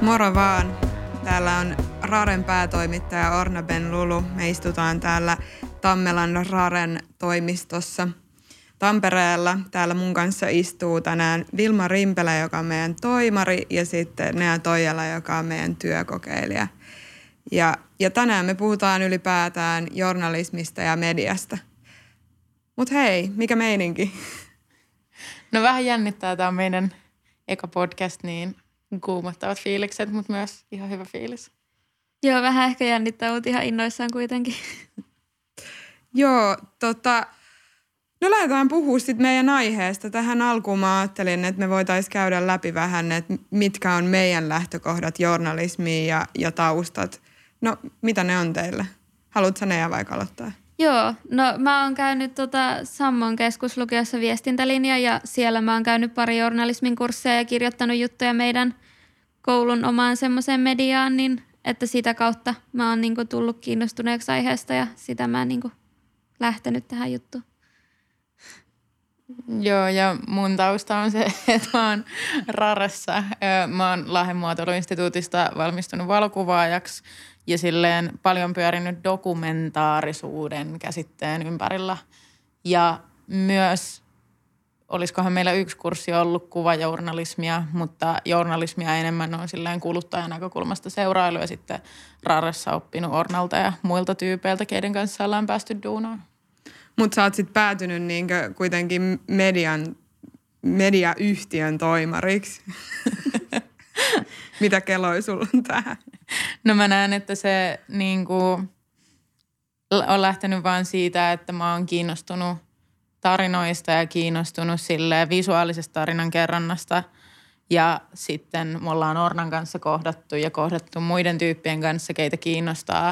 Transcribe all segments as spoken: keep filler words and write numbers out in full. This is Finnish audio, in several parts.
Moro vaan. Täällä on Raren päätoimittaja Orna Ben-Lulu. Me istutaan täällä Tammelan Raren toimistossa Tampereella. Täällä mun kanssa istuu tänään Vilma Rimpelä, joka on meidän toimari, ja sitten Nea Toijala, joka on meidän työkokeilija. Ja, ja tänään me puhutaan ylipäätään journalismista ja mediasta. Mut hei, mikä meininki? No vähän jännittää, tämä on meidän eka podcast, niin kuumottavat fiilikset, mutta myös ihan hyvä fiilis. Joo, vähän ehkä jännittää, mutta ihan innoissaan kuitenkin. Joo, tota, no lähdetään puhua sitten meidän aiheesta. Tähän alkuun mä ajattelin, että me voitaisiin käydä läpi vähän, että mitkä on meidän lähtökohdat journalismiin ja, ja taustat. No, mitä ne on teille? Haluatko Nea vaikka aloittaa? Joo, no mä oon käynyt tota Sammon keskuslukiossa viestintälinja ja siellä mä oon käynyt pari journalismin kursseja ja kirjoittanut juttuja meidän koulun omaan semmoiseen mediaan, niin että sitä kautta mä oon niinku tullut kiinnostuneeksi aiheesta ja sitä mä oon niinku lähtenyt tähän juttuun. Joo, ja mun tausta on se, että mä oon Raressa. Mä oon Lahden muotoiluinstituutista valmistunut valokuvaajaksi ja silleen paljon pyörinyt dokumentaarisuuden käsitteen ympärillä. Ja myös, olisikohan meillä yksi kurssi ollut kuvajournalismia, mutta journalismia enemmän on silleen kuluttajan näkökulmasta seurailu ja sitten Raressa oppinut Ornalta ja muilta tyypeiltä, keiden kanssa ollaan päästy duunaan. Mutta sä oot sitten päätynyt niinkö kuitenkin median, mediayhtiön toimariksi. Mitä keloi sulla on tähän? No mä näen, että se niinku on lähtenyt vaan siitä, että mä oon kiinnostunut tarinoista ja kiinnostunut silleen visuaalisesta tarinankerronnasta. Ja sitten me ollaan Ornan kanssa kohdattu ja kohdattu muiden tyyppien kanssa, keitä kiinnostaa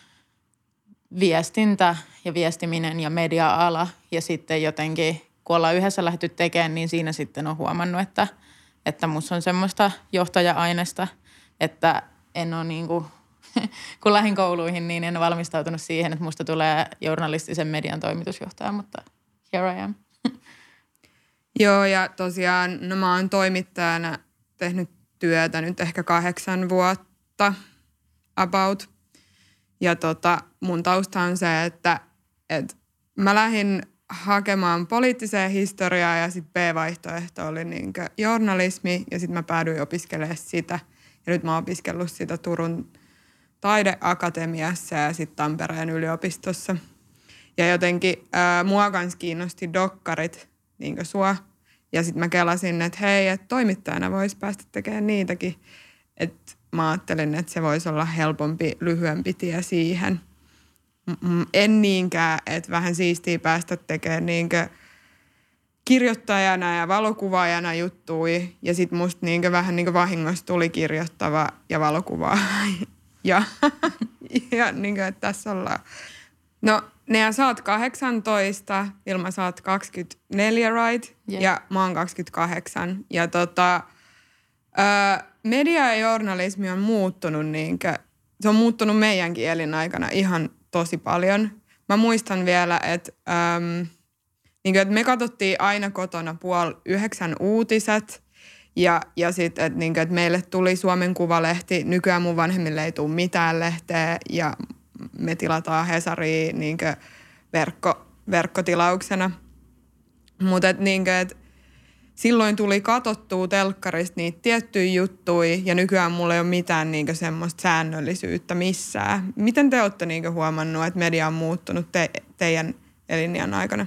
viestintä ja viestiminen ja media-ala. Ja sitten jotenkin, kun ollaan yhdessä lähdetty tekemään, niin siinä sitten on huomannut, että, että musta on semmoista johtaja-aineesta, että en ole niin kuin, kun lähdin kouluihin, niin en valmistautunut siihen, että musta tulee journalistisen median toimitusjohtaja, mutta here I am. Joo, ja tosiaan no mä oon toimittajana tehnyt työtä nyt ehkä kahdeksan vuotta about. Ja tota, mun tausta on se, että, että mä lähdin hakemaan poliittiseen historiaa ja sitten B-vaihtoehto oli niinkö journalismi ja sitten mä päädyin opiskelemaan sitä. Ja nyt mä oon opiskellut sitä Turun taideakatemiassa ja sitten Tampereen yliopistossa. Ja jotenkin ää, mua kans kiinnosti dokkarit, niinkö sua. Ja sitten mä kelasin, että hei, että toimittajana voisi päästä tekemään niitäkin. Että mä ajattelin, että se voisi olla helpompi, lyhyempi tie siihen. En niinkään, että vähän siistiä päästä tekemään niinkö kirjoittajana ja valokuvaajana juttui. Ja sit musta niinkö vähän niinkö vahingossa tuli kirjoittava ja valokuvaaja. ja ja niinkö, että tässä ollaan. No, Nea, sä oot kahdeksantoista, Vilma sä oot kaksikymmentäneljä, right? Yeah. Ja mä oon kaksikymmentäkahdeksan. Ja tota, öö, media ja journalismi on muuttunut niinkö, se on muuttunut meidänkin elinaikana ihan tosi paljon. Mä muistan vielä, että, äm, niin kuin, että me katsottiin aina kotona puoli yhdeksän uutiset ja, ja sitten, että, niin kuin, että meille tuli Suomen Kuvalehti. Nykyään mun vanhemmille ei tule mitään lehteä ja me tilataan Hesaria niin kuin verkko, verkkotilauksena. Mutta niin että silloin tuli katsottua telkkarista niitä tiettyjä juttuja ja nykyään mulla ei ole mitään niinku semmoista säännöllisyyttä missään. Miten te olette niinku huomannut, että media on muuttunut te- teidän elinjän aikana?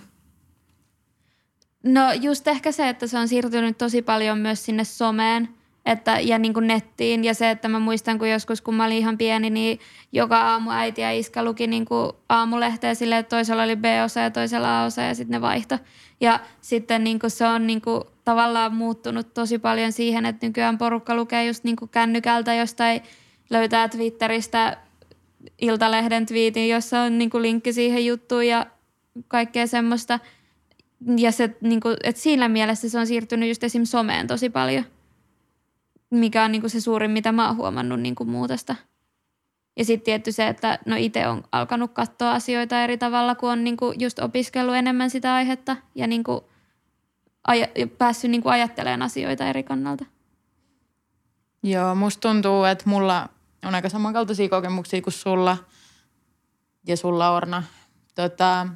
No just ehkä se, että se on siirtynyt tosi paljon myös sinne someen että, ja niin kuin nettiin. Ja se, että mä muistan, kun joskus kun mä olin ihan pieni, niin joka aamu äiti ja iskä luki niin kuin aamulehteä silleen, että toisella oli B-osa ja toisella A-osa ja sitten ne vaihto. Ja sitten niin kuin se on niin kuin tavallaan muuttunut tosi paljon siihen, että nykyään porukka lukee just niin kuin kännykältä jostain, löytää Twitteristä Iltalehden twiitin, jossa on niin kuin linkki siihen juttuun ja kaikkea semmoista. Ja se, niin kuin, että siinä mielessä se on siirtynyt just esim. Someen tosi paljon, mikä on niin kuin se suurin, mitä mä oon huomannut niin kuin muutosta. Ja sitten tietty se, että no itse on alkanut katsoa asioita eri tavalla, kun on niinku just opiskellut enemmän sitä aihetta ja niinku aj- päässyt niinku ajattelemaan asioita eri kannalta. Joo, musta tuntuu, että mulla on aika samankaltaisia kokemuksia kuin sulla ja sulla, Orna. Tota,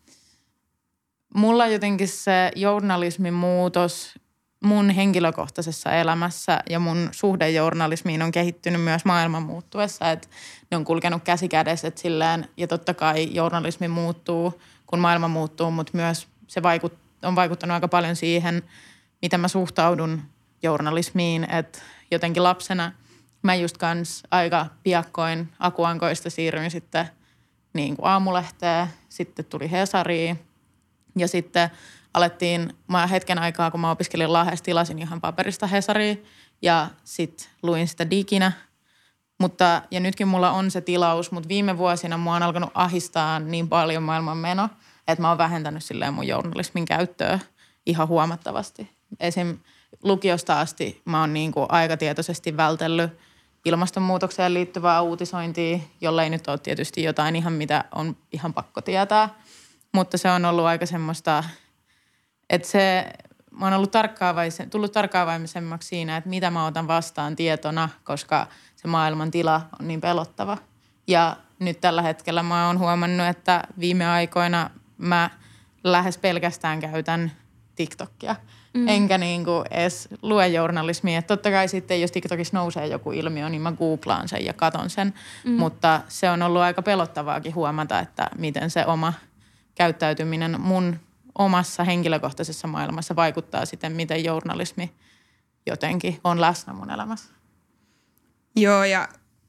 mulla jotenkin se journalismin muutos mun henkilökohtaisessa elämässä ja mun suhde journalismiin on kehittynyt myös maailman muuttuessa, että ne on kulkenut käsi kädessä, että silleen, ja totta kai journalismi muuttuu, kun maailma muuttuu, mutta myös se vaikut, on vaikuttanut aika paljon siihen, miten mä suhtaudun journalismiin, että jotenkin lapsena mä just kans aika piakkoin Akuankoista siirryin sitten niin kuin Aamulehteen, sitten tuli Hesariin ja sitten alettiin, mä hetken aikaa kun mä opiskelin Lahdessa, tilasin ihan paperista Hesariin ja sitten luin sitä diginä. Mutta, ja nytkin mulla on se tilaus, mutta viime vuosina mua on alkanut ahistaa niin paljon maailman meno, että mä oon vähentänyt silleen mun journalismin käyttöä ihan huomattavasti. Esim. Lukiosta asti mä oon niin kuin aika tietoisesti vältellyt ilmastonmuutokseen liittyvää uutisointia, jollei nyt ole tietysti jotain ihan mitä on ihan pakko tietää. Mutta se on ollut aika semmoista, että se, mä oon ollut tarkkaavaisen, tullut tarkkaavaisemmaksi siinä, että mitä mä otan vastaan tietona, koska se maailman tila on niin pelottava. Ja nyt tällä hetkellä mä oon huomannut, että viime aikoina mä lähes pelkästään käytän TikTokia. Mm. Enkä niinku edes lue journalismia. Et totta kai sitten, jos TikTokissa nousee joku ilmiö, niin mä googlaan sen ja katon sen. Mm. Mutta se on ollut aika pelottavaakin huomata, että miten se oma käyttäytyminen mun omassa henkilökohtaisessa maailmassa vaikuttaa sitten, miten journalismi jotenkin on läsnä mun elämässä. Joo, ja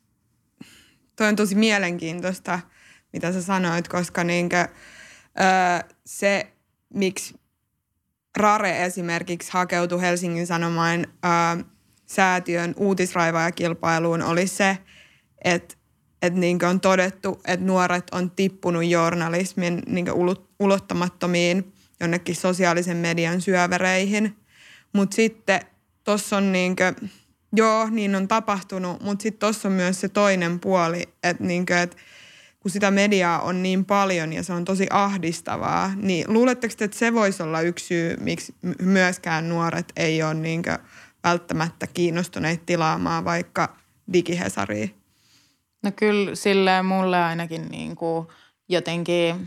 toi on tosi mielenkiintoista, mitä sä sanoit, koska niinkö, öö, se, miksi Rare esimerkiksi hakeutui Helsingin Sanomain öö, säätiön uutisraivaajakilpailuun, oli se, että et niinkö on todettu, että nuoret on tippunut journalismin niinkö ulottamattomiin jonnekin sosiaalisen median syövereihin. Mutta sitten tuossa on niinkö, joo, niin on tapahtunut, mutta sitten tuossa on myös se toinen puoli, että niinkö, et kun sitä mediaa on niin paljon ja se on tosi ahdistavaa, niin luuletteko, että se voisi olla yksi syy, miksi myöskään nuoret ei ole niinkö välttämättä kiinnostuneet tilaamaan vaikka digihesaria? No kyllä silleen mulle ainakin niin kuin jotenkin,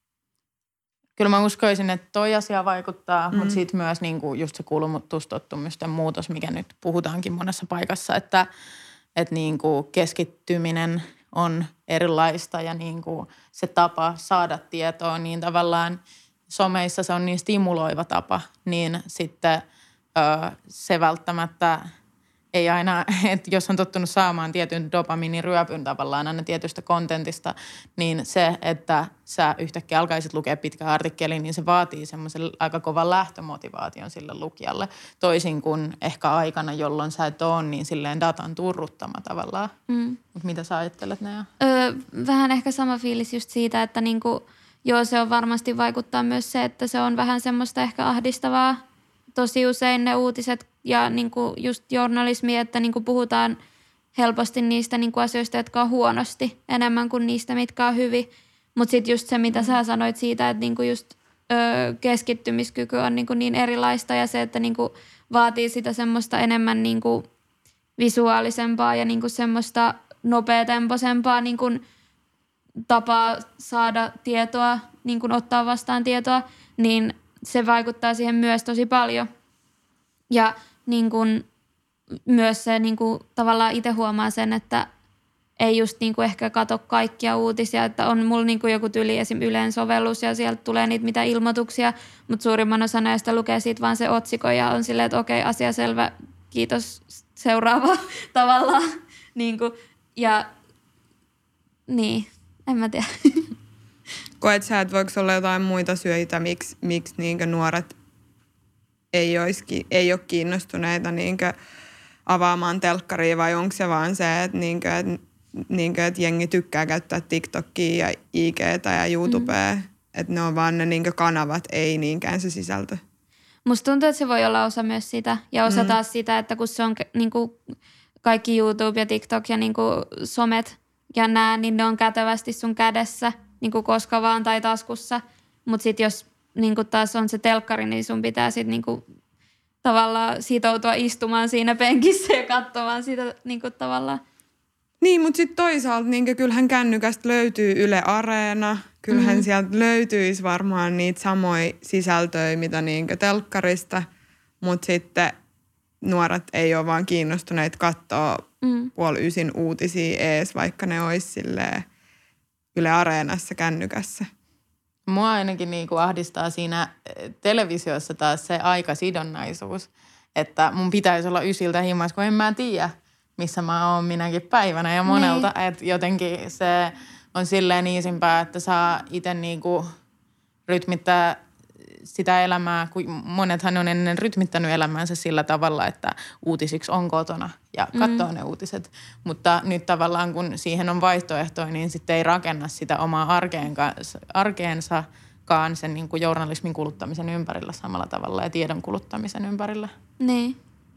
kyllä mä uskoisin, että toi asia vaikuttaa, mm. mutta sitten myös niin kuin just se kulutustottumusten muutos, mikä nyt puhutaankin monessa paikassa, että, että niin kuin keskittyminen on erilaista ja niin kuin se tapa saada tietoa, niin tavallaan someissa se on niin stimuloiva tapa, niin sitten ö, se välttämättä ei aina, että jos on tottunut saamaan tietyn dopamiiniryöpyn tavallaan aina tietystä kontentista, niin se, että sä yhtäkkiä alkaisit lukea pitkän artikkelin, niin se vaatii semmoisen aika kovan lähtömotivaation sille lukijalle. Toisin kuin ehkä aikana, jolloin sä et ole niin silleen datan turruttama tavallaan. Mm. Mutta mitä sä ajattelet, Nea? Öö, vähän ehkä sama fiilis just siitä, että niinku, joo, se on varmasti vaikuttaa myös se, että se on vähän semmoista ehkä ahdistavaa. Tosi usein ne uutiset ja niinku just journalismi, että niinku puhutaan helposti niistä niinku asioista, jotka on huonosti enemmän kuin niistä, mitkä on hyvin. Mutta sitten just se, mitä sä sanoit siitä, että niinku just ö, keskittymiskyky on niinku niin erilaista ja se, että niinku vaatii sitä semmoista enemmän niinku visuaalisempaa ja niinku semmoista nopeatempoisempaa niinku tapaa saada tietoa, niinku ottaa vastaan tietoa, niin se vaikuttaa siihen myös tosi paljon. Ja niin kun, myös se niin kun, tavallaan itse huomaa sen, että ei just niin kun, ehkä katso kaikkia uutisia. Että on mulla niin kun, joku tyyli esim. Ylen sovellus ja sieltä tulee niitä mitä ilmoituksia, mutta suurimman osan näistä lukee siitä vaan se otsikko ja on silleen, että okei, asia selvä, kiitos, seuraava tavallaan. niin kun, ja niin, en mä tiedä. Koet sä, että voiko olla jotain muita syitä, miksi, miksi niinkö nuoret ei, olisikin, ei ole kiinnostuneita niinkö avaamaan telkkaria vai onko se vaan se, että, niinkö, että, niinkö, että jengi tykkää käyttää TikTokia ja I G:tä ja YouTubea, mm. että ne on vaan ne niinkö kanavat, ei niinkään se sisältö. Musta tuntuu, että se voi olla osa myös sitä ja osa mm. taas sitä, että kun se on niinku kaikki YouTube ja TikTok ja niinku somet ja nää, niin ne on kätevästi sun kädessä. Niin kuin koska vaan tai taskussa. Mutta sitten jos niin kuin taas on se telkkari, niin sun pitää sitten niin kuin tavallaan sitoutua istumaan siinä penkissä ja katsomaan sitä niin kuin tavallaan. Niin, mutta sitten toisaalta niin kyllähän kännykästä löytyy Yle Areena. Kyllähän mm. sieltä löytyisi varmaan niitä samoja sisältöjä, mitä niin telkkarista. Mutta sitten nuoret ei ole vaan kiinnostuneet katsoa mm. puoli ysin uutisia ees, vaikka ne olisi silleen Yle Areenassa kännykässä. Mua ainakin niinku ahdistaa siinä televisiossa taas se aikasidonnaisuus, että mun pitäisi olla ysiltä himas, kun en mä tiedä, missä mä oon minäkin päivänä ja monelta. Niin. Että jotenkin se on silleen iisimpää, että saa itse niinku rytmittää sitä elämää, kun monethan on ennen rytmittänyt elämäänsä sillä tavalla, että uutisiksi on kotona ja katsoo mm. ne uutiset. Mutta nyt tavallaan, kun siihen on vaihtoehtoja, niin sitten ei rakenna sitä omaa arkeensakaan sen niin kuin journalismin kuluttamisen ympärillä samalla tavalla ja tiedon kuluttamisen ympärillä. Niin.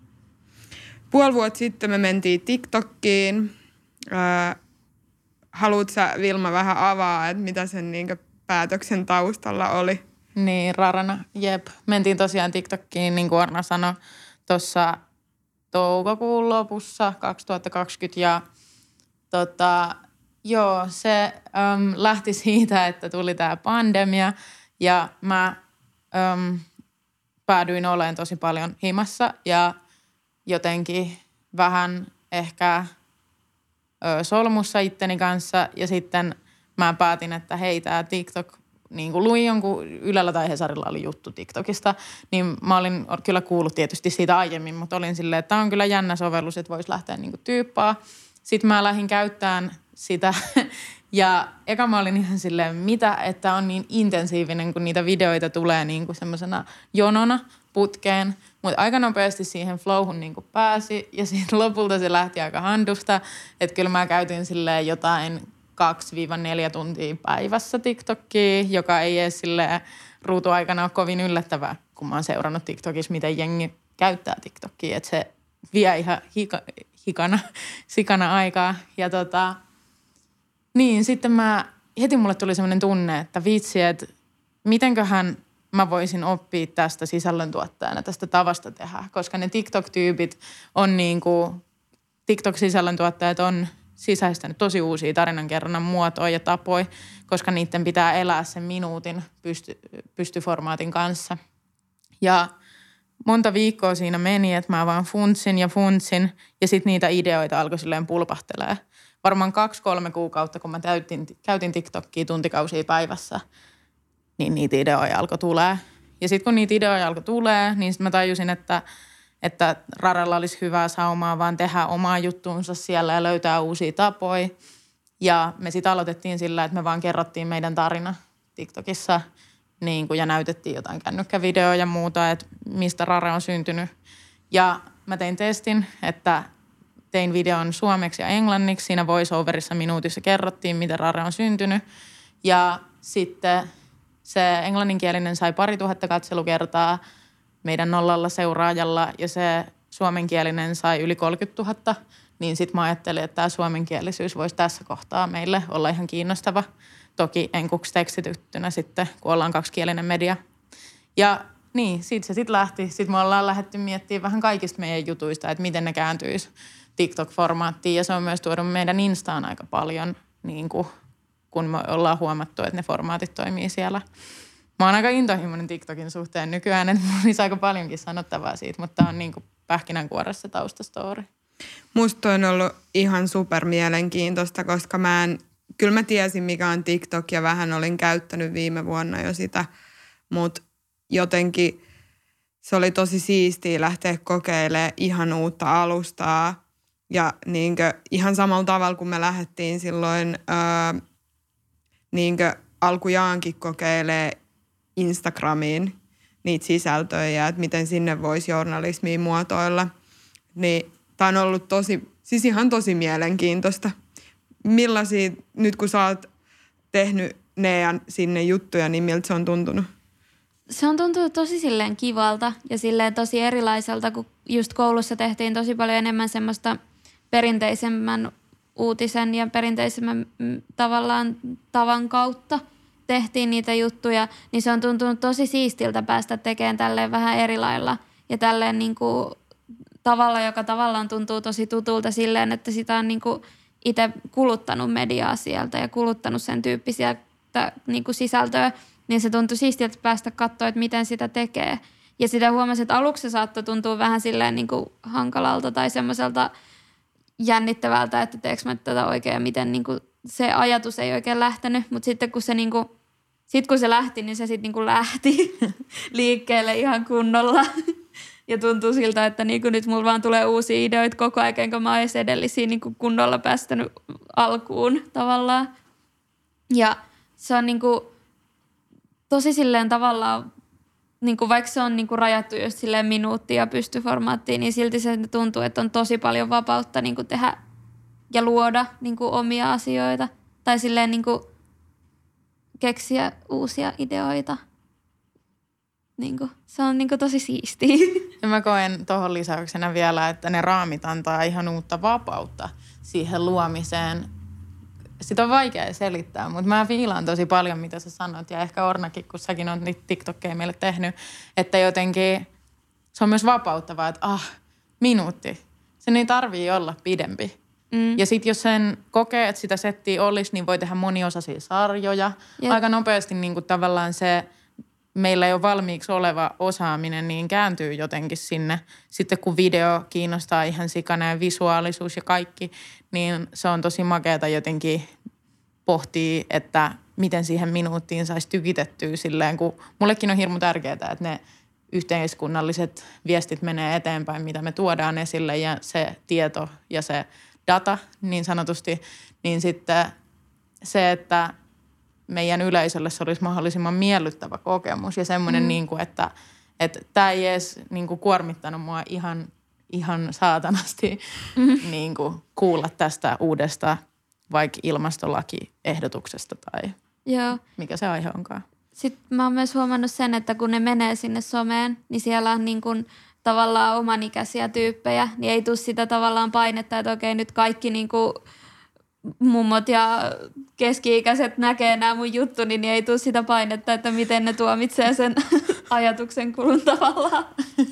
Puoli vuotta sitten me mentiin TikTokkiin. Äh, haluatko sä, Vilma, vähän avaa, että mitä sen niin kuin päätöksen taustalla oli? Niin, rarana, jep. Mentiin tosiaan TikTokkiin, niin kuin Arna sanoi, tuossa toukokuun lopussa kaksituhattakaksikymmentä. Ja tota, joo, se äm, lähti siitä, että tuli tämä pandemia ja mä äm, päädyin olemaan tosi paljon himassa ja jotenkin vähän ehkä ö, solmussa itteni kanssa. Ja sitten mä päätin, että hei, tämä TikTok, niin kuin luin jonkun Ylellä tai Hesarilla oli juttu TikTokista, niin mä olin kyllä kuullut tietysti siitä aiemmin, mutta olin silleen, että tämä on kyllä jännä sovellus, että voisi lähteä niin kuin tyyppaa. Sitten mä lähdin käyttämään sitä ja eka mä olin ihan silleen, mitä, että on niin intensiivinen, kun niitä videoita tulee niin kuin semmoisena jonona putkeen. Mutta aika nopeasti siihen flowhun niin kuin pääsi ja sitten lopulta se lähti aika handusta, että kyllä mä käytin silleen jotain kaksi neljä tuntia päivässä TikTokia, joka ei edes silleen ruutuaikana ole kovin yllättävää, kun mä oon seurannut TikTokissa, miten jengi käyttää TikTokia. Että se vie ihan hika, hikana, sikana aikaa. Ja tota, niin sitten mä, heti mulle tuli semmoinen tunne, että vitsi, että mitenköhän mä voisin oppia tästä sisällöntuottajana, tästä tavasta tehdä. Koska ne TikTok-tyypit on niin kuin, TikTok-sisällöntuottajat on sisäistänyt tosi uusia tarinankerronnan muotoja ja tapoja, koska niiden pitää elää sen minuutin pysty, pystyformaatin kanssa. Ja monta viikkoa siinä meni, että mä vaan funtsin ja funtsin ja sitten niitä ideoita alkoi silleen pulpahtelee. Varmaan kaksi-kolme kuukautta, kun mä täytin, käytin TikTokia tuntikausia päivässä, niin niitä ideoja alkoi tulee. Ja sitten kun niitä ideoja alkoi tulee, niin sitten mä tajusin, että että Raralla olisi hyvää saumaa vaan tehdä omaa juttuunsa siellä ja löytää uusia tapoja. Ja me sitten aloitettiin sillä, että me vaan kerrottiin meidän tarina TikTokissa niin kun, ja näytettiin jotain kännykkävideoja ja muuta, että mistä Rare on syntynyt. Ja mä tein testin, että tein videon suomeksi ja englanniksi. Siinä voice-overissa minuutissa kerrottiin, miten Rare on syntynyt. Ja sitten se englanninkielinen sai pari tuhatta katselukertaa meidän nollalla seuraajalla ja se suomenkielinen sai yli kolmekymmentätuhatta, niin sitten mä ajattelin, että tämä suomenkielisyys voisi tässä kohtaa meille olla ihan kiinnostava. Toki enkuksi tekstityttynä sitten, kun ollaan kaksikielinen media. Ja niin, siitä se sitten lähti. Sitten me ollaan lähdetty miettimään vähän kaikista meidän jutuista, että miten ne kääntyisi TikTok-formaattiin. Ja se on myös tuonut meidän Instaan aika paljon, niin kuin, kun me ollaan huomattu, että ne formaatit toimii siellä. Mä oon aika intohimoinen TikTokin suhteen nykyään, että mulla olisi aika paljonkin sanottavaa siitä, mutta tää on niin kuin pähkinänkuoressa taustastory. Musta on ollut ihan super mielenkiintoista, koska mä en, kyllä mä tiesin mikä on TikTok ja vähän olin käyttänyt viime vuonna jo sitä, mutta jotenkin se oli tosi siistiä lähteä kokeilemaan ihan uutta alustaa ja niinkö, ihan samalla tavalla kun me lähdettiin silloin öö, niinkö alkujaankin kokeilemaan Instagramiin niitä sisältöjä, että miten sinne voisi journalismia muotoilla. Niin tämä on ollut tosi, siis ihan tosi mielenkiintoista. Millaisia, nyt kun sä oot tehnyt ne ja sinne juttuja, niin miltä se on tuntunut? Se on tuntunut tosi silleen kivalta ja silleen tosi erilaiselta, kun just koulussa tehtiin tosi paljon enemmän semmoista perinteisemmän uutisen ja perinteisemmän tavallaan tavan kautta tehtiin niitä juttuja, niin se on tuntunut tosi siistiltä päästä tekemään tälleen vähän eri lailla. ja tälleen niin kuin tavalla, joka tavallaan tuntuu tosi tutulta silleen, että sitä on niin kuin itse kuluttanut mediaa sieltä ja kuluttanut sen tyyppisiä niin kuin sisältöä, niin se tuntui siistiltä päästä katsoa, että miten sitä tekee. Ja sitä huomasi, että aluksi se saattoi tuntua vähän silleen niin kuin hankalalta tai semmoiselta jännittävältä, että teekö mä tätä oikein ja miten niin kuin se ajatus ei oikein lähtenyt. Mutta sitten kun se, niin kuin, sit kun se lähti, niin se sitten niin kuin lähti liikkeelle ihan kunnolla. Ja tuntuu siltä, että niin kuin nyt mulla vaan tulee uusia ideoita koko ajan, enkä mä oon edellisiä niin kuin kunnolla päästänyt alkuun tavallaan. Ja se on niin kuin tosi silleen tavallaan, niin kuin vaikka se on niin kuin rajattu just silleen minuuttia ja pystyformaattiin, niin silti se tuntuu, että on tosi paljon vapautta niin kuin tehdä ja luoda niin kuin omia asioita. Tai silleen niin kuin keksiä uusia ideoita. Niin kuin, se on niin kuin tosi siistiä. Ja mä koen tuohon lisäyksenä vielä, että ne raamit antaa ihan uutta vapautta siihen luomiseen. Sitä on vaikea selittää, mutta mä fiilaan tosi paljon, mitä sä sanot. Ja ehkä Ornakin, kun säkin oot niitä TikTokkeja meille tehnyt, että jotenkin se on myös vapauttavaa, että ah, minuutti. Sen ei tarvii olla pidempi. Mm. Ja sitten jos sen kokee, että sitä settiä olisi, niin voi tehdä moniosaisia sarjoja. Jep. Aika nopeasti niin kuin tavallaan se meillä ei ole valmiiksi oleva osaaminen, niin kääntyy jotenkin sinne. Sitten kun video kiinnostaa ihan sikana ja visuaalisuus ja kaikki, niin se on tosi makeata jotenkin pohtia, että miten siihen minuuttiin saisi tykitettyä silleen, kun mullekin on hirmu tärkeää, että ne yhteiskunnalliset viestit menee eteenpäin, mitä me tuodaan esille ja se tieto ja se data niin sanotusti, niin sitten se, että meidän yleisölle se olisi mahdollisimman miellyttävä kokemus ja semmoinen, mm. niin kuin, että että tämä ei edes niin kuin, kuormittanut mua ihan, ihan saatanasti mm. niin kuin, kuulla tästä uudesta vaikka ilmastolakiehdotuksesta tai Joo. mikä se aihe onkaan. Sitten mä oon myös huomannut sen, että kun ne menee sinne someen, niin siellä on niin kuin tavallaan omanikäisiä tyyppejä, niin ei tule sitä tavallaan painetta, että okei nyt kaikki niin kuin mummot ja keski-ikäiset näkee nämä mun juttuni, niin ei tule sitä painetta, että miten ne tuomitsee sen ajatuksen kulun tavallaan.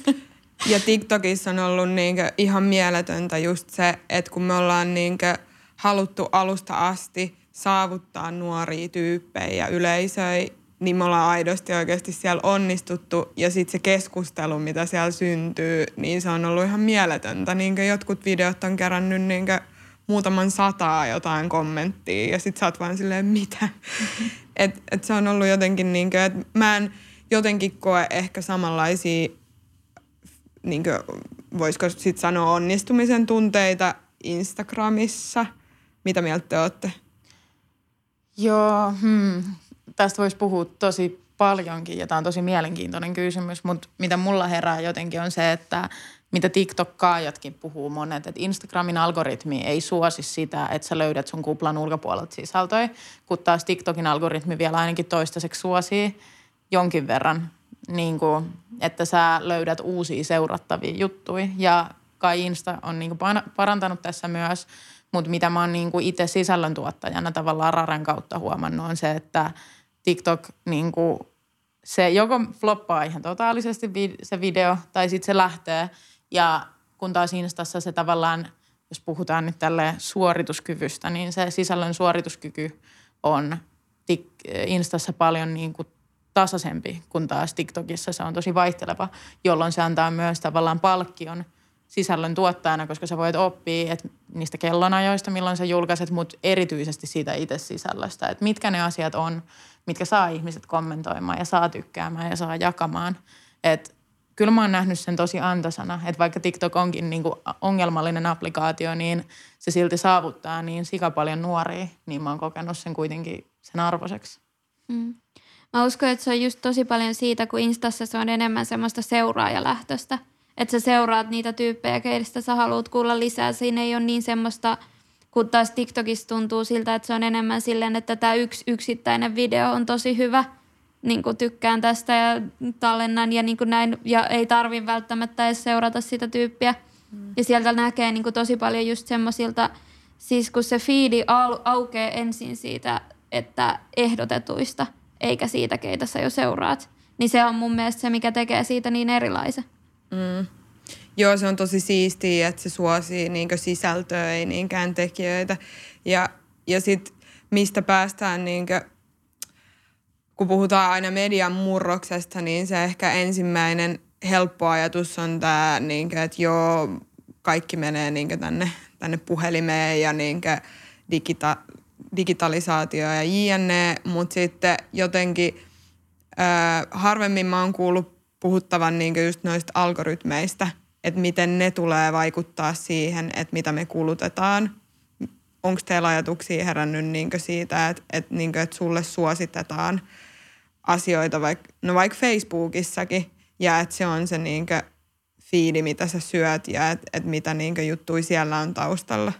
Ja TikTokissa on ollut niinkö ihan mieletöntä just se, että kun me ollaan niinkö haluttu alusta asti saavuttaa nuoria tyyppejä ja yleisöjä, niin me ollaan aidosti oikeasti siellä onnistuttu. Ja sitten se keskustelu, mitä siellä syntyy, niin se on ollut ihan mieletöntä. Niinkö jotkut videot on kerännyt niinkö muutaman sataa jotain kommenttia ja sit sä oot vaan silleen, mitä? Mm-hmm. Et, et se on ollut jotenkin niinkö, että mä en jotenkin koe ehkä samanlaisia, niinkö, voisiko sit sanoa onnistumisen tunteita Instagramissa. Mitä mieltä te ootte? Joo, hmm. tästä voisi puhua tosi paljonkin ja tämä on tosi mielenkiintoinen kysymys, mutta mitä mulla herää jotenkin on se, että mitä TikTok-kaajatkin puhuu monet, että Instagramin algoritmi ei suosi sitä, että sä löydät sun kuplan ulkopuolelta sisältöjä, kun taas TikTokin algoritmi vielä ainakin toistaiseksi suosii jonkin verran, niin kuin, että sä löydät uusia seurattavia juttuja. Ja kai Insta on niin kuin parantanut tässä myös, mutta mitä mä oon niin kuin itse sisällöntuottajana tavallaan Raren kautta huomannut on se, että TikTok niin kuin, se joko floppaa ihan totaalisesti se video tai sitten se lähtee. Ja kun taas Instassa se tavallaan, jos puhutaan nyt tälleen suorituskyvystä, niin se sisällön suorituskyky on Instassa paljon niin kuin tasaisempi, kun taas TikTokissa se on tosi vaihteleva, jolloin se antaa myös tavallaan palkkion sisällön tuottajana, koska sä voit oppia että niistä kellonajoista, milloin sä julkaiset, mutta erityisesti siitä itse sisällöstä, että mitkä ne asiat on, mitkä saa ihmiset kommentoimaan ja saa tykkäämään ja saa jakamaan. Että kyllä mä oon nähnyt sen tosi antoisana, että vaikka TikTok onkin niin kuin ongelmallinen applikaatio, niin se silti saavuttaa niin sika paljon nuoria, niin mä oon kokenut sen kuitenkin sen arvoiseksi. Mm. Mä uskon, että se on just tosi paljon siitä, kun Instassa se on enemmän semmoista seuraajalähtöistä. Että sä seuraat niitä tyyppejä, keistä sä haluat kuulla lisää. Siinä ei ole niin semmoista, kun taas TikTokissa tuntuu siltä, että se on enemmän silleen, että tämä yksi yksittäinen video on tosi hyvä. Niin kuin tykkään tästä ja tallennan ja niin kuin näin. Ja ei tarvitse välttämättä edes seurata sitä tyyppiä. Mm. Ja sieltä näkee niin kuin tosi paljon just semmoisilta, siis kun se feedi au- aukeaa ensin siitä, että ehdotetuista, eikä siitä, keitä sä jo seuraat. Niin se on mun mielestä se, mikä tekee siitä niin erilaisen. Mm. Joo, se on tosi siistiä, että se suosii niinkö sisältöä, ei niinkään tekijöitä. Ja, ja sitten mistä päästään, niinkö, kun puhutaan aina median murroksesta, niin se ehkä ensimmäinen helppo ajatus on tämä, niinkö, että joo, kaikki menee niinkö tänne, tänne puhelimeen ja niinkö digita, digitalisaatio ja jne. Mutta sitten jotenkin äh, harvemmin mä oon kuullut puhuttavan niinkö just noista algoritmeista, että miten ne tulee vaikuttaa siihen, että mitä me kulutetaan. Onko teillä ajatuksia herännyt niinkö siitä, että, että, niinkö, että sulle suositetaan asioita vaikka, no vaikka Facebookissakin ja että se on se niinkö fiidi, mitä sä syöt ja että, että mitä niinkö juttuja siellä on taustalla?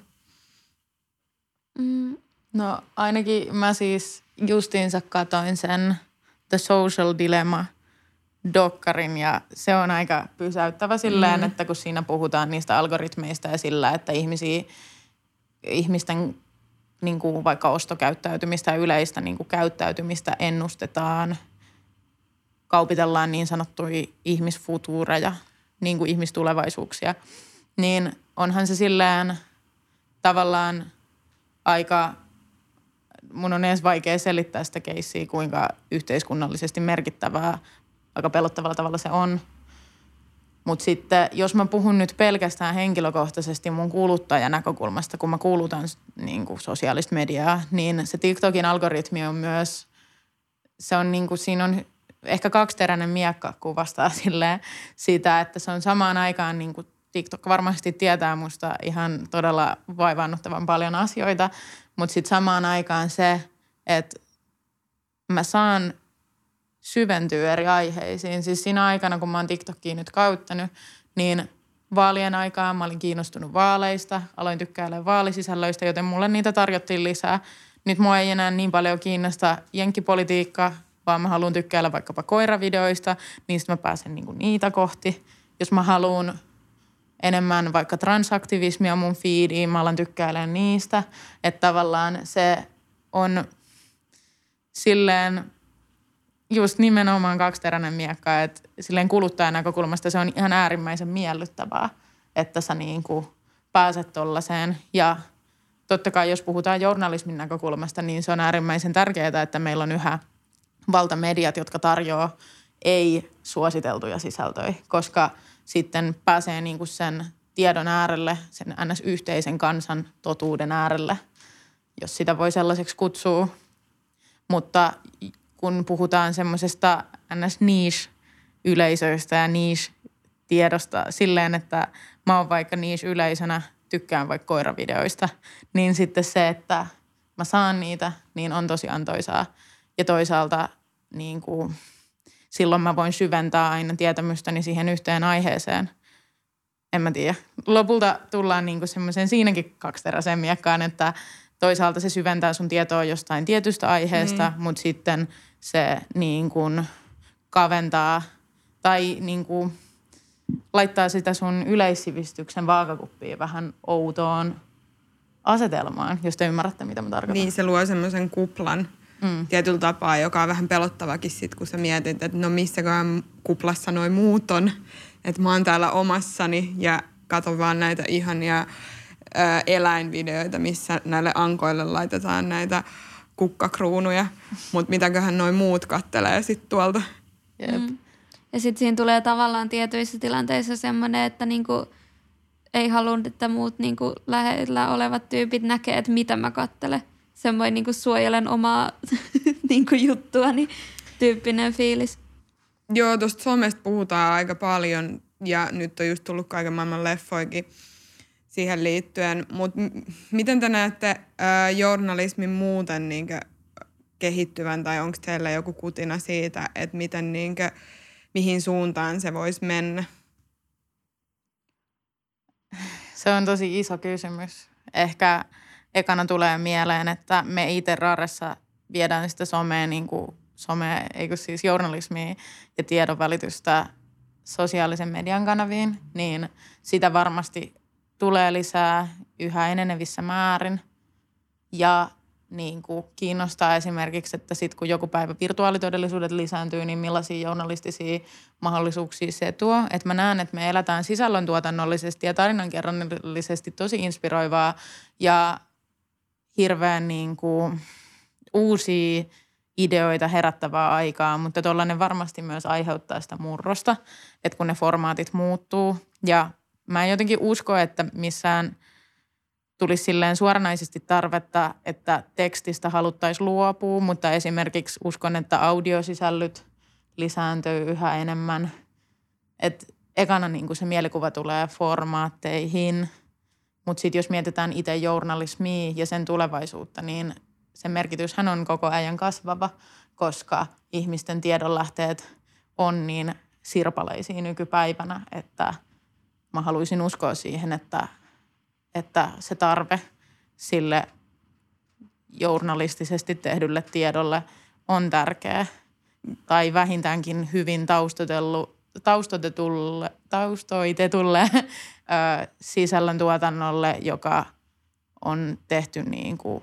Mm. No ainakin mä siis justiinsa katoin sen The Social Dilemma dokkarin ja se on aika pysäyttävä silleen, mm. että kun siinä puhutaan niistä algoritmeista ja sillä, että ihmisiä, ihmisten niin kuin vaikka ostokäyttäytymistä ja yleistä niin kuin käyttäytymistä ennustetaan, kaupitellaan niin sanottuja ihmisfutuureja, niin kuin ihmistulevaisuuksia, niin onhan se silleen tavallaan aika, mun on edes vaikea selittää sitä keissiä, kuinka yhteiskunnallisesti merkittävää, aika pelottavalla tavalla se on. Mutta sitten, jos mä puhun nyt pelkästään henkilökohtaisesti mun kuluttajan näkökulmasta, kun mä kulutan niin kuin sosiaalista mediaa, niin se TikTokin algoritmi on myös, se on niin kuin, siinä on ehkä kaksiteräinen miekka kuvastaa silleen sitä, että se on samaan aikaan niin kuin TikTok varmasti tietää musta ihan todella vaivaannuttavan paljon asioita, mutta sitten samaan aikaan se, että mä saan syventyä eri aiheisiin. Siis siinä aikana, kun mä oon TikTokia nyt käyttänyt, niin vaalien aikaan mä olin kiinnostunut vaaleista, aloin tykkäämään vaalisisällöistä, joten mulle niitä tarjottiin lisää. Nyt mua ei enää niin paljon kiinnosta jenkkipolitiikka, vaan mä haluan tykkäällä vaikkapa koiravideoista, niin sitten mä pääsen niinku niitä kohti. Jos mä haluan enemmän vaikka transaktivismia mun feediin, mä alan tykkäilemään niistä. Että tavallaan se on silleen just nimenomaan kaksiteräinen miekka, että silleen kuluttajan näkökulmasta se on ihan äärimmäisen miellyttävää, että sä niin kuin pääset tollaiseen. Ja totta kai jos puhutaan journalismin näkökulmasta, niin se on äärimmäisen tärkeää, että meillä on yhä valtamediat, jotka tarjoaa ei-suositeltuja sisältöjä, koska sitten pääsee niin kuin sen tiedon äärelle, sen ns. Yhteisen kansan totuuden äärelle, jos sitä voi sellaiseksi kutsua. Mutta kun puhutaan semmoisesta ns. Niche-yleisöistä ja niche-tiedosta silleen, että mä oon vaikka niche-yleisönä, tykkään vaikka koiravideoista, niin sitten se, että mä saan niitä, niin on tosi antoisaa. Ja toisaalta niin kuin, silloin mä voin syventää aina tietämystäni siihen yhteen aiheeseen. En mä tiedä. Lopulta tullaan niin kuin semmoiseen siinäkin kaksiteräiseen miekkaan, että toisaalta se syventää sun tietoa jostain tietystä aiheesta, mm. mutta sitten se niin kuin kaventaa tai niin kuin laittaa sitä sun yleissivistyksen vaakakuppiin vähän outoon asetelmaan, jos te ymmärrätte, mitä mä tarkoitan. Niin, se luo semmoisen kuplan mm. tietyllä tapaa, joka on vähän pelottavakin sit, kun sä mietit, että no missäköhän kuplassa noi muut on. Että mä oon täällä omassani ja katon vaan näitä ihania ää, eläinvideoita, missä näille ankoille laitetaan näitä kukkakruunuja. Mutta mitäköhän noi muut kattelee sit tuolta. Jep. Mm. Ja sitten siinä tulee tavallaan tietyissä tilanteissa semmoinen, että niinku ei halunnut, että muut niinku lähellä olevat tyypit näkee, että mitä mä kattelen. Semmoinen niinku suojelen omaa niinku juttuani tyyppinen fiilis. Joo, tuosta somesta puhutaan aika paljon ja nyt on just tullut kaiken maailman leffoikin siihen liittyen. Mutta m- miten te näette ää, journalismin muuten niinkö kehittyvän tai onko teillä joku kutina siitä, että miten niinkö, mihin suuntaan se voisi mennä? Se on tosi iso kysymys. Ehkä ekana tulee mieleen, että me itse Raressa viedään sitä somea, niin kuin somea, eikö siis journalismia ja tiedonvälitystä sosiaalisen median kanaviin, niin sitä varmasti tulee lisää yhä enenevissä määrin. Ja niin kuin kiinnostaa esimerkiksi, että sitten kun joku päivä virtuaalitodellisuudet lisääntyy, niin millaisia journalistisia mahdollisuuksia se tuo. Että mä näen, että me eletään sisällöntuotannollisesti ja tarinankerronnallisesti tosi inspiroivaa ja hirveän niin kuin uusia ideoita herättävää aikaa, mutta tollainen varmasti myös aiheuttaa sitä murrosta, että kun ne formaatit muuttuu. Ja mä en jotenkin usko, että missään tulisi silleen suoranaisesti tarvetta, että tekstistä haluttaisiin luopua, mutta esimerkiksi uskon, että audiosisällöt lisääntyy yhä enemmän. Että ekana niin kuin se mielikuva tulee formaatteihin, mutta sitten jos mietitään itse journalismia ja sen tulevaisuutta, niin sen merkityshän on koko ajan kasvava, koska ihmisten tiedonlähteet on niin sirpaleisia nykypäivänä, että mä haluaisin uskoa siihen, että, että se tarve sille journalistisesti tehdylle tiedolle on tärkeä. Tai vähintäänkin hyvin taustoitetulle, taustoitetulle ö, sisällöntuotannolle, joka on tehty niin kuin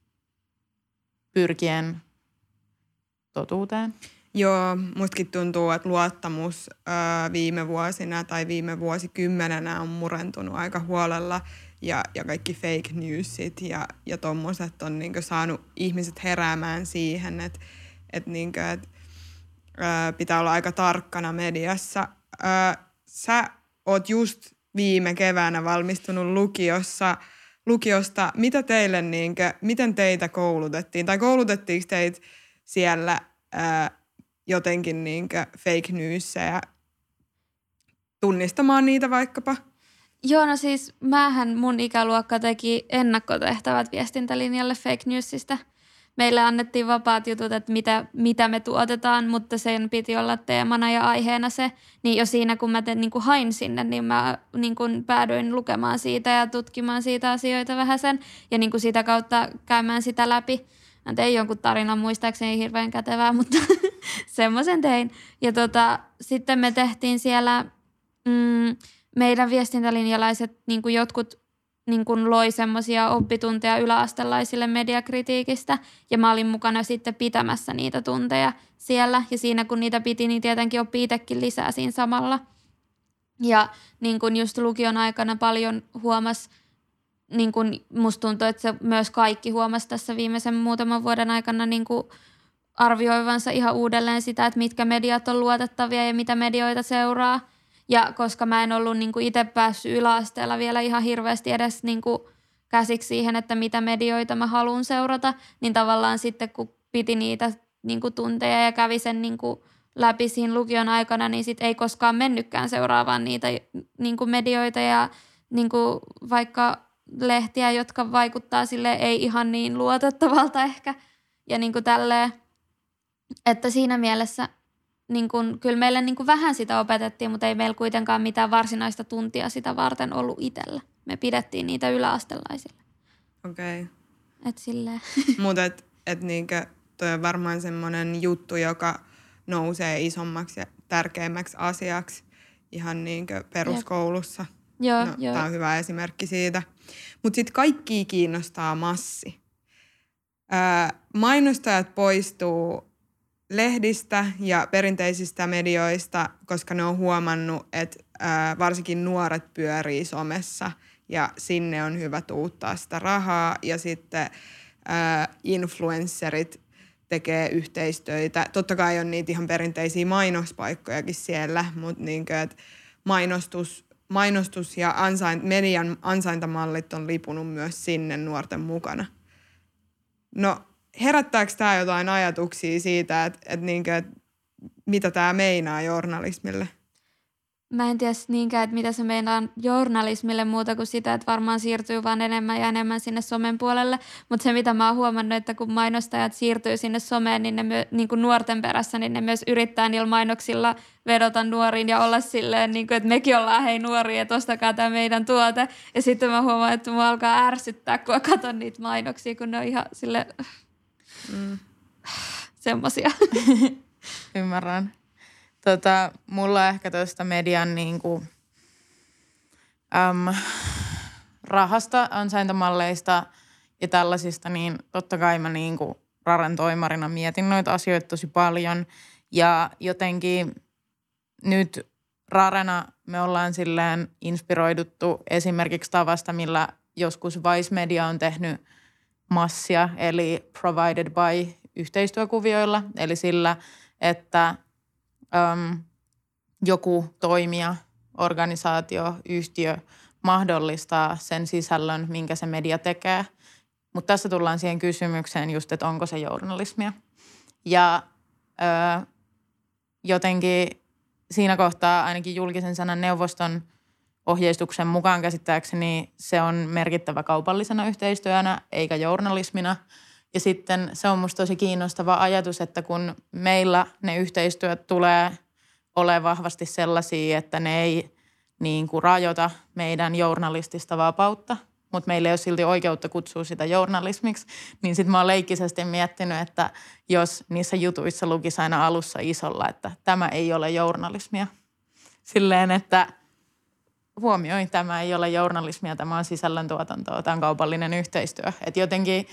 pyrkien totuuteen. Joo, mustakin tuntuu, että luottamus ää, viime vuosina tai viime vuosikymmenenä on murentunut aika huolella ja, ja kaikki fake newsit ja, ja tommoset on niinku saanut ihmiset heräämään siihen, että et niinku, et, ää, pitää olla aika tarkkana mediassa. Ää, sä oot just viime keväänä valmistunut lukiossa, lukiosta. Mitä teille, niinku, miten teitä koulutettiin tai koulutettiinko teitä siellä ää, jotenkin niinkö fake newsseja tunnistamaan niitä vaikkapa? Joo, no siis mähän mun ikäluokka teki ennakkotehtävät viestintälinjalle fake newsista. Meille annettiin vapaat jutut, että mitä, mitä me tuotetaan, mutta sen piti olla teemana ja aiheena se. Niin jo siinä, kun mä te, niin kuin hain sinne, niin mä niin kuin päädyin lukemaan siitä ja tutkimaan siitä asioita vähän sen. Ja niin kuin sitä kautta käymään sitä läpi. Mä tein jonkun tarinan, muistaakseni hirveän kätevää, mutta semmoisen tein. Ja tota, sitten me tehtiin siellä, mm, meidän viestintälinjalaiset, niin kuin jotkut niin kuin loi semmoisia oppitunteja yläastelaisille mediakritiikistä. Ja mä olin mukana sitten pitämässä niitä tunteja siellä. Ja siinä kun niitä piti, niin tietenkin oppi itsekin lisää siinä samalla. Ja niin kuin just lukion aikana paljon huomasi, niin kuin musta tuntuu, että se myös kaikki huomasi tässä viimeisen muutaman vuoden aikana niin kuin arvioivansa ihan uudelleen sitä, että mitkä mediat on luotettavia ja mitä medioita seuraa. Ja koska mä en ollut niin kuin itse päässyt yläasteella vielä ihan hirveästi edes niin kuin käsiksi siihen, että mitä medioita mä haluan seurata, niin tavallaan sitten kun piti niitä niin kuin tunteja ja kävi sen niin kuin läpi siinä lukion aikana, niin sit ei koskaan mennytkään seuraavaan niitä niin kuin medioita ja niin kuin vaikka lehtiä, jotka vaikuttaa sille ei ihan niin luotettavalta ehkä. Ja niin kuin tälleen, että siinä mielessä niin kuin, kyllä meille niin kuin vähän sitä opetettiin, mutta ei meillä kuitenkaan mitään varsinaista tuntia sitä varten ollut itsellä. Me pidettiin niitä yläastelaisille. Okei. Okay. Että silleen. Mutta et, et niinkö toi on varmaan semmoinen juttu, joka nousee isommaksi ja tärkeämmäksi asiaksi ihan niinkö peruskoulussa. Joo, no, joo. Tämä on hyvä esimerkki siitä. Mutta sitten kaikkia kiinnostaa massi. Öö, mainostajat poistuu lehdistä ja perinteisistä medioista, koska ne on huomannut, että öö, varsinkin nuoret pyörii somessa ja sinne on hyvä tuuttaa sitä rahaa. Ja sitten öö, influencerit tekee yhteistöitä. Totta kai on niitä ihan perinteisiä mainospaikkojakin siellä, mutta niinkö, että mainostus Mainostus ja ansain, median ansaintamallit on lipunut myös sinne nuorten mukana. No herättääkö tämä jotain ajatuksia siitä, että, että, niinkö, että mitä tämä meinaa journalismille? Mä en tiedä niinkään, että mitä se meinaa journalismille muuta kuin sitä, että varmaan siirtyy vaan enemmän ja enemmän sinne somen puolelle. Mutta se, mitä mä oon huomannut, että kun mainostajat siirtyy sinne someen, niin ne myö, niin kuin nuorten perässä, niin ne myös yrittää niillä mainoksilla vedota nuoriin ja olla silleen, niin kuin, että mekin ollaan hei nuoria, että ostakaa tämä meidän tuote. Ja sitten mä huomaan, että mua alkaa ärsyttää, kun mä katson niitä mainoksia, kun ne on ihan silleen mm. semmosia. Ymmärrän. Tota, mulla ehkä tuosta median niinku, äm, rahasta, ansaintamalleista ja tällaisista, niin totta kai mä niin kuin Raren toimarina mietin noita asioita tosi paljon. Ja jotenkin nyt Rarena me ollaan silleen inspiroiduttu esimerkiksi tavasta, millä joskus Vice Media on tehnyt massia, eli provided by yhteistyökuvioilla, eli sillä, että äm, joku toimija, organisaatio, yhtiö mahdollistaa sen sisällön, minkä se media tekee. Mutta tässä tullaan siihen kysymykseen just, että onko se journalismia. Ja ö, jotenkin siinä kohtaa ainakin julkisen sanan neuvoston ohjeistuksen mukaan käsittääkseni se on merkittävä kaupallisena yhteistyönä eikä journalismina. Ja sitten se on musta tosi kiinnostava ajatus, että kun meillä ne yhteistyöt tulee olemaan vahvasti sellaisia, että ne ei niin kuin rajoita meidän journalistista vapautta, mutta meillä ei ole silti oikeutta kutsua sitä journalismiksi, niin sitten mä oon leikkisesti miettinyt, että jos niissä jutuissa lukisi aina alussa isolla, että tämä ei ole journalismia. Silleen, että huomioi, tämä ei ole journalismia, tämä on sisällöntuotantoa, tämä on kaupallinen yhteistyö. Että jotenkin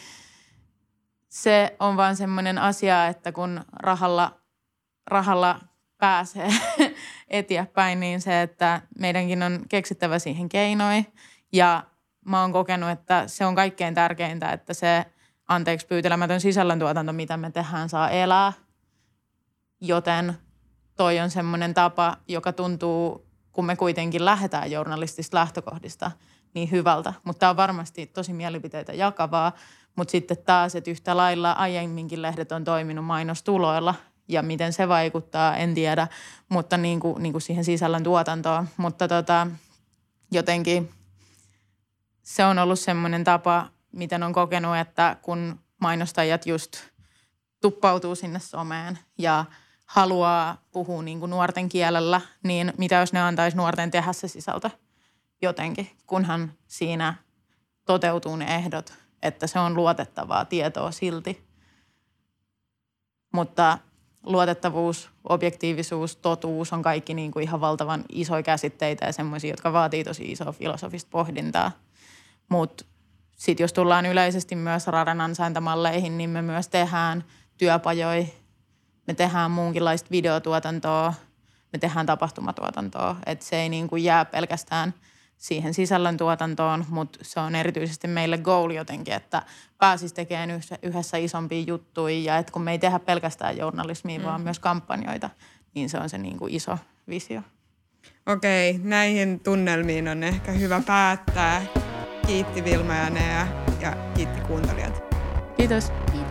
se on vaan semmoinen asia, että kun rahalla, rahalla pääsee eteenpäin, niin se, että meidänkin on keksittävä siihen keinoin. Ja mä oon kokenut, että se on kaikkein tärkeintä, että se anteeksi pyytelemätön sisällöntuotanto, mitä me tehdään, saa elää. Joten toi on semmoinen tapa, joka tuntuu, kun me kuitenkin lähdetään journalistista lähtökohdista, niin hyvältä. Mutta tämä on varmasti tosi mielipiteitä jakavaa. Mutta sitten taas, että yhtä lailla aiemminkin lehdet on toiminut mainostuloilla. Ja miten se vaikuttaa, en tiedä, mutta niin kuin, niin kuin siihen sisällön tuotantoon. Mutta tota, jotenkin se on ollut semmoinen tapa, miten on kokenut, että kun mainostajat just tuppautuu sinne someen ja haluaa puhua niin kuin nuorten kielellä, niin mitä jos ne antaisi nuorten tehdä se sisältö jotenkin, kunhan siinä toteutuu ne ehdot, että se on luotettavaa tietoa silti. Mutta luotettavuus, objektiivisuus, totuus on kaikki niin kuin ihan valtavan isoja käsitteitä ja semmoisia, jotka vaatii tosi isoa filosofista pohdintaa. Mutta sitten jos tullaan yleisesti myös Raren ansaintamalleihin, niin me myös tehdään työpajoja, me tehdään muunkinlaista videotuotantoa, me tehdään tapahtumatuotantoa. Että se ei niin kuin jää pelkästään siihen sisällöntuotantoon, mutta se on erityisesti meille goal jotenkin, että pääsisi tekemään yhdessä isompia juttuja ja että kun me ei tehdä pelkästään journalismia, mm. vaan myös kampanjoita, niin se on se niin kuin iso visio. Okei, näihin tunnelmiin on ehkä hyvä päättää. Kiitti Vilma ja Nea ja kiitti kuuntelijat. Kiitos.